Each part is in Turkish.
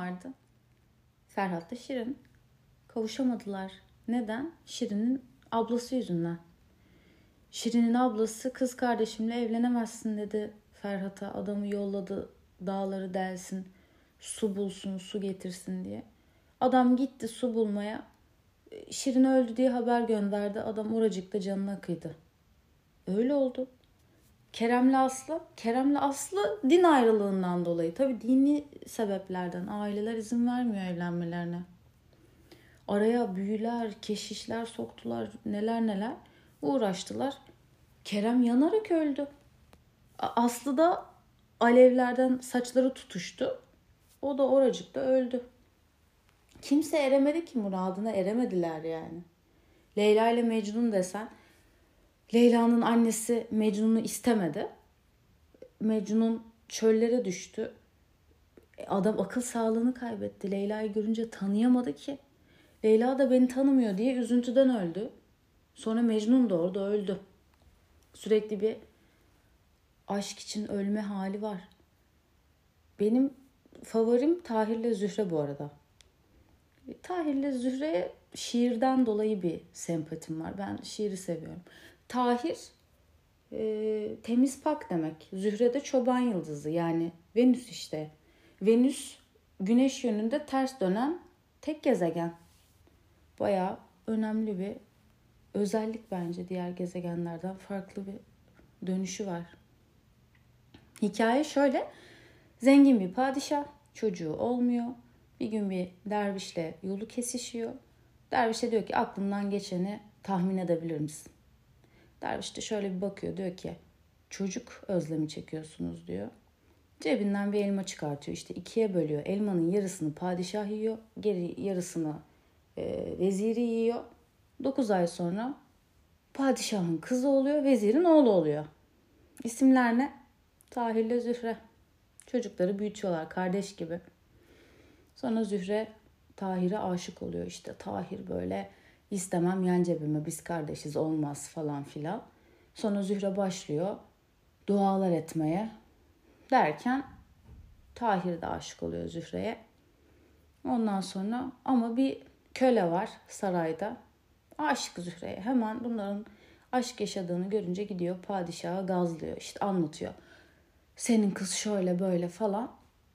vardı. Ferhat'la Şirin. Kavuşamadılar. Neden? Şirin'in ablası yüzünden. Şirin'in ablası kız kardeşimle evlenemezsin dedi Ferhat'a. Adamı yolladı dağları delsin, su bulsun, su getirsin diye. Adam gitti su bulmaya. Şirin öldü diye haber gönderdi. Adam oracıkta canına kıydı. Öyle oldu. Kerem'le Aslı din ayrılığından dolayı. Tabii dini sebeplerden. Aileler izin vermiyor evlenmelerine. Araya büyüler, keşişler soktular. Neler uğraştılar. Kerem yanarak öldü. Aslı da alevlerden saçları tutuştu. O da oracıkta öldü. Kimse eremedi ki muradına, eremediler yani. Leyla ile Mecnun desen, Leyla'nın annesi Mecnun'u istemedi. Mecnun çöllere düştü. Adam akıl sağlığını kaybetti. Leyla'yı görünce tanıyamadı ki. Leyla da beni tanımıyor diye üzüntüden öldü. Sonra Mecnun da orada öldü. Sürekli bir aşk için ölme hali var. Benim favorim Tahir'le Zühre bu arada. Tahir'le Zühre'ye şiirden dolayı bir sempatim var. Ben şiiri seviyorum. Tahir temiz pak demek. Zühre de çoban yıldızı, yani Venüs işte. Venüs güneş yönünde ters dönen tek gezegen. Bayağı önemli bir özellik bence, diğer gezegenlerden farklı bir dönüşü var. Hikaye şöyle. Zengin bir padişah, çocuğu olmuyor. Bir gün bir dervişle yolu kesişiyor. Derviş de diyor ki aklından geçeni tahmin edebilir misin? Derviş de şöyle bir bakıyor, diyor ki çocuk özlemi çekiyorsunuz diyor. Cebinden bir elma çıkartıyor, işte ikiye bölüyor. Elmanın yarısını padişah yiyor, geri yarısını veziri yiyor. 9 ay sonra padişahın kızı oluyor, vezirin oğlu oluyor. İsimler ne? Tahir'le Zühre. Çocukları büyütüyorlar kardeş gibi. Sonra Zühre Tahir'e aşık oluyor. İşte Tahir böyle istemem yan cebime, biz kardeşiz, olmaz falan filan. Sonra Zühre başlıyor dualar etmeye. Derken Tahir de aşık oluyor Zühre'ye. Ondan sonra ama bir köle var sarayda. Aşık Zühre'ye. Hemen bunların aşk yaşadığını görünce gidiyor padişaha gazlıyor. İşte anlatıyor. Senin kız şöyle böyle falan.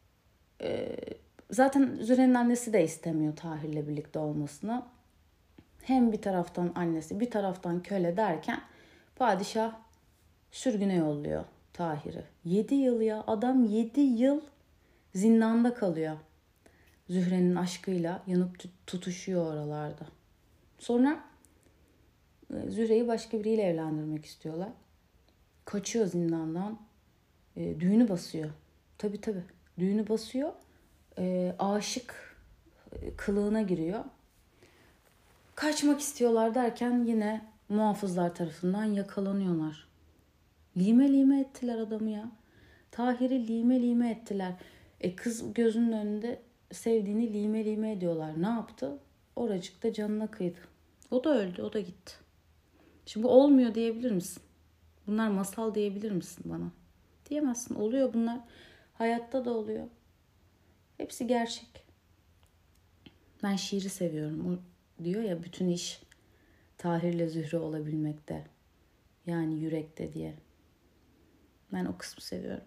Zaten Zühre'nin annesi de istemiyor Tahir'le birlikte olmasını. Hem bir taraftan annesi, bir taraftan köle derken padişah sürgüne yolluyor Tahir'i. 7 yıl ya, adam 7 yıl zindanda kalıyor. Zühre'nin aşkıyla yanıp tutuşuyor oralarda. Sonra Zühre'yi başka biriyle evlendirmek istiyorlar. Kaçıyor zindandan. Düğünü basıyor. Tabii. Düğünü basıyor. Aşık kılığına giriyor. Kaçmak istiyorlar derken yine muhafızlar tarafından yakalanıyorlar. Lime lime ettiler adamı ya. Tahir'i lime lime ettiler. Kız gözünün önünde sevdiğini lime lime ediyorlar. Ne yaptı? Oracıkta canına kıydı. O da öldü, o da gitti. Şimdi bu olmuyor diyebilir misin? Bunlar masal diyebilir misin bana? Diyemezsin. Oluyor bunlar. Hayatta da oluyor. Hepsi gerçek. Ben şiiri seviyorum. O diyor ya, bütün iş Tahir'le Zühre olabilmekte. Yani yürekte diye. Ben o kısmı seviyorum.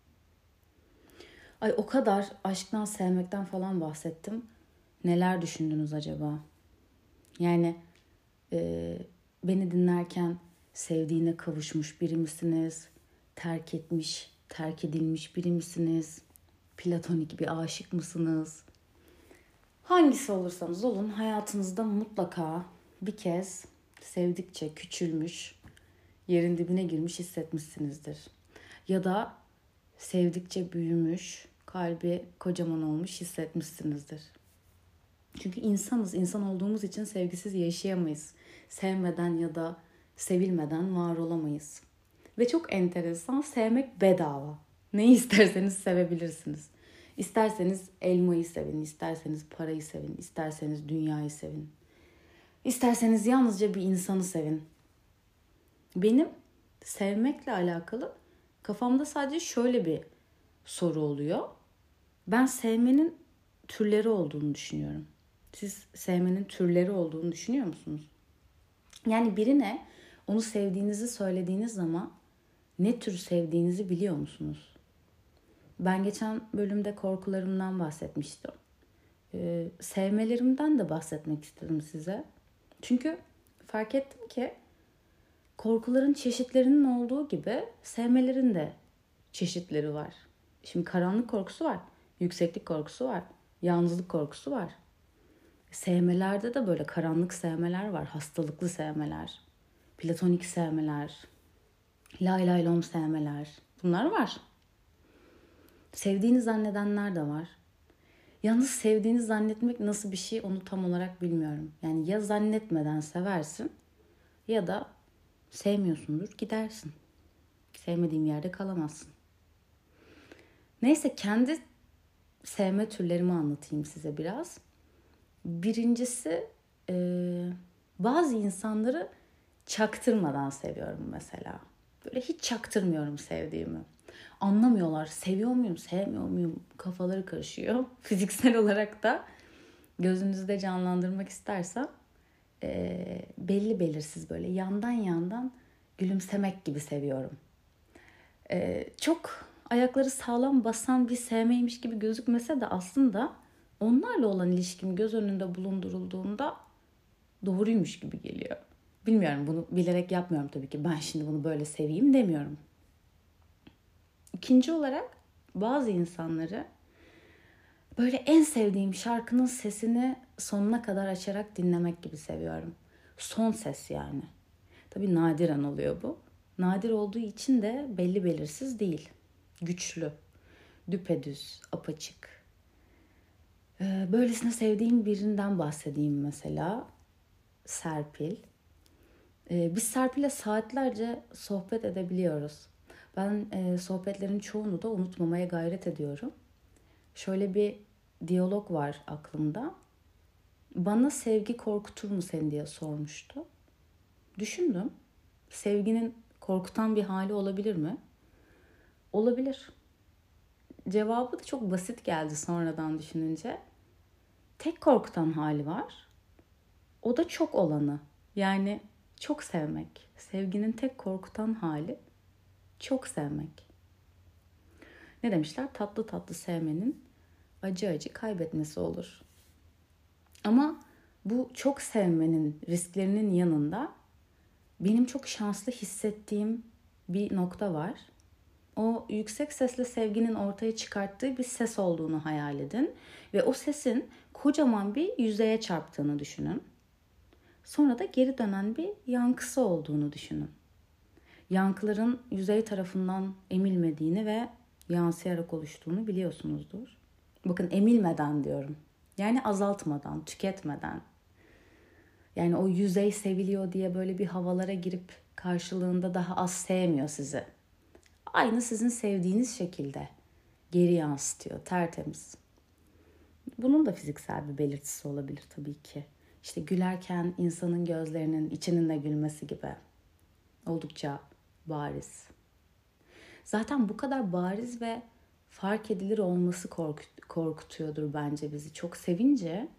Ay, o kadar aşktan, sevmekten falan bahsettim. Neler düşündünüz acaba? Yani beni dinlerken sevdiğine kavuşmuş biri misiniz? Terk etmiş, terk edilmiş biri misiniz? Platonik bir aşık mısınız? Hangisi olursanız olun hayatınızda mutlaka bir kez sevdikçe küçülmüş, yerin dibine girmiş hissetmişsinizdir. Ya da sevdikçe büyümüş, kalbi kocaman olmuş hissetmişsinizdir. Çünkü insanız, insan olduğumuz için sevgisiz yaşayamayız. Sevmeden ya da sevilmeden var olamayız. Ve çok enteresan, sevmek bedava. Neyi isterseniz sevebilirsiniz. İsterseniz elmayı sevin, isterseniz parayı sevin, isterseniz dünyayı sevin. İsterseniz yalnızca bir insanı sevin. Benim sevmekle alakalı kafamda sadece şöyle bir soru oluyor. Ben sevmenin türleri olduğunu düşünüyorum. Siz sevmenin türleri olduğunu düşünüyor musunuz? Yani birine onu sevdiğinizi söylediğiniz zaman ne tür sevdiğinizi biliyor musunuz? Ben geçen bölümde korkularımdan bahsetmiştim. Sevmelerimden de bahsetmek istedim size. Çünkü fark ettim ki korkuların çeşitlerinin olduğu gibi sevmelerin de çeşitleri var. Şimdi karanlık korkusu var, yükseklik korkusu var, yalnızlık korkusu var. Sevmelerde de böyle karanlık sevmeler var, hastalıklı sevmeler, platonik sevmeler, lay lay lom sevmeler. Bunlar var. Sevdiğini zannedenler de var. Yalnız sevdiğini zannetmek nasıl bir şey onu tam olarak bilmiyorum. Yani ya zannetmeden seversin ya da sevmiyorsundur gidersin. Sevmediğim yerde kalamazsın. Neyse kendi sevme türlerimi anlatayım size biraz. Birincisi bazı insanları çaktırmadan seviyorum mesela. Böyle hiç çaktırmıyorum sevdiğimi. Anlamıyorlar. Seviyor muyum, sevmiyor muyum? Kafaları karışıyor. Fiziksel olarak da gözünüzde canlandırmak istersem belli belirsiz böyle yandan yandan gülümsemek gibi seviyorum. Çok ayakları sağlam basan bir sevmeymiş gibi gözükmese de aslında onlarla olan ilişkim göz önünde bulundurulduğunda doğruymuş gibi geliyor. Bilmiyorum, bunu bilerek yapmıyorum tabii ki. Ben şimdi bunu böyle seveyim demiyorum. İkinci olarak bazı insanları böyle en sevdiğim şarkının sesini sonuna kadar açarak dinlemek gibi seviyorum. Son ses yani. Tabii nadiren oluyor bu. Nadir olduğu için de belli belirsiz değil. Güçlü, düpedüz, apaçık. Böylesine sevdiğim birinden bahsedeyim mesela. Serpil. Biz Serpil'le saatlerce sohbet edebiliyoruz. Ben sohbetlerin çoğunu da unutmamaya gayret ediyorum. Şöyle bir diyalog var aklımda. Bana sevgi korkutur mu seni diye sormuştu. Düşündüm. Sevginin korkutan bir hali olabilir mi? Olabilir. Cevabı da çok basit geldi sonradan düşününce. Tek korkutan hali var. O da çok olanı. Yani çok sevmek. Sevginin tek korkutan hali çok sevmek. Ne demişler? Tatlı tatlı sevmenin acı acı kaybetmesi olur. Ama bu çok sevmenin risklerinin yanında benim çok şanslı hissettiğim bir nokta var. O yüksek sesle sevginin ortaya çıkarttığı bir ses olduğunu hayal edin. Ve o sesin kocaman bir yüzeye çarptığını düşünün. Sonra da geri dönen bir yankısı olduğunu düşünün. Yankıların yüzey tarafından emilmediğini ve yansıyarak oluştuğunu biliyorsunuzdur. Bakın emilmeden diyorum. Yani azaltmadan, tüketmeden. Yani o yüzey seviliyor diye böyle bir havalara girip karşılığında daha az sevmiyor sizi. Aynı sizin sevdiğiniz şekilde geri yansıtıyor, tertemiz. Bunun da fiziksel bir belirtisi olabilir tabii ki. İşte gülerken insanın gözlerinin içinin de gülmesi gibi. Oldukça bariz. Zaten bu kadar bariz ve fark edilir olması korkutuyordur bence bizi. Çok sevince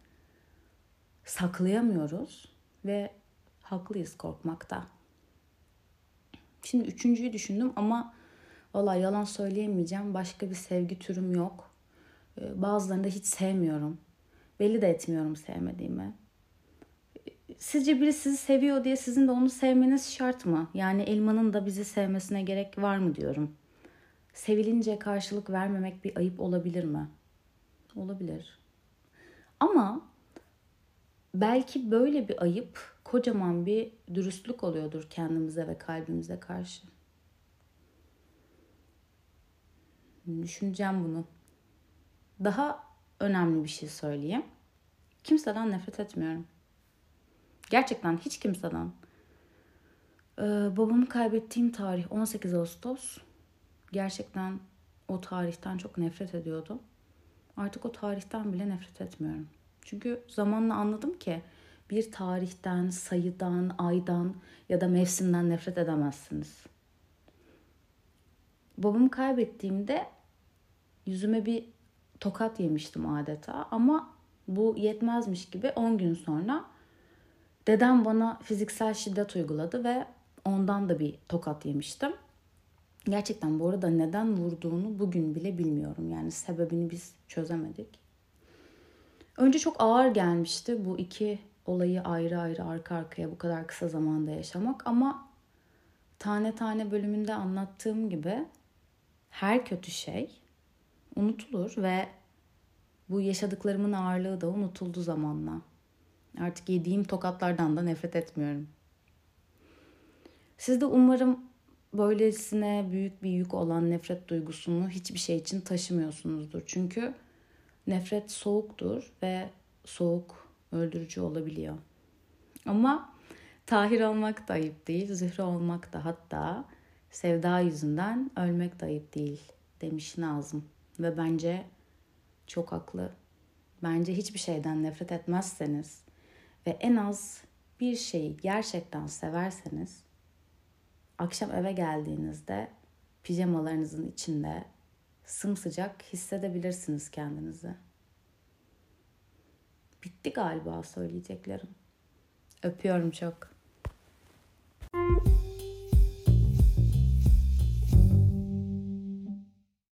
saklayamıyoruz ve haklıyız korkmakta. Şimdi üçüncüyü düşündüm ama vallahi yalan söyleyemeyeceğim. Başka bir sevgi türüm yok. Bazılarını da hiç sevmiyorum. Belli de etmiyorum sevmediğimi. Sizce biri sizi seviyor diye sizin de onu sevmeniz şart mı? Yani elmanın da bizi sevmesine gerek var mı diyorum. Sevilince karşılık vermemek bir ayıp olabilir mi? Olabilir. Ama belki böyle bir ayıp kocaman bir dürüstlük oluyordur kendimize ve kalbimize karşı. Düşüneceğim bunu. Daha önemli bir şey söyleyeyim. Kimseden nefret etmiyorum. Gerçekten hiç kimseden. Babamı kaybettiğim tarih 18 Ağustos. Gerçekten o tarihten çok nefret ediyordum. Artık o tarihten bile nefret etmiyorum. Çünkü zamanla anladım ki bir tarihten, sayıdan, aydan ya da mevsimden nefret edemezsiniz. Babamı kaybettiğimde yüzüme bir tokat yemiştim adeta. Ama bu yetmezmiş gibi 10 gün sonra dedem bana fiziksel şiddet uyguladı ve ondan da bir tokat yemiştim. Gerçekten bu arada neden vurduğunu bugün bile bilmiyorum. Yani sebebini biz çözemedik. Önce çok ağır gelmişti bu iki olayı ayrı ayrı arka arkaya bu kadar kısa zamanda yaşamak. Ama tane tane bölümünde anlattığım gibi her kötü şey unutulur ve bu yaşadıklarımın ağırlığı da unutuldu zamanla. Artık yediğim tokatlardan da nefret etmiyorum. Siz de umarım böylesine büyük bir yük olan nefret duygusunu hiçbir şey için taşımıyorsunuzdur. Çünkü nefret soğuktur ve soğuk öldürücü olabiliyor. Ama Tahir olmak da ayıp değil, Zühre olmak da, hatta sevda yüzünden ölmek de ayıp değil demiş Nazım. Ve bence çok haklı. Bence hiçbir şeyden nefret etmezseniz ve en az bir şeyi gerçekten severseniz akşam eve geldiğinizde pijamalarınızın içinde sımsıcak hissedebilirsiniz kendinizi. Bitti galiba söyleyeceklerim. Öpüyorum çok.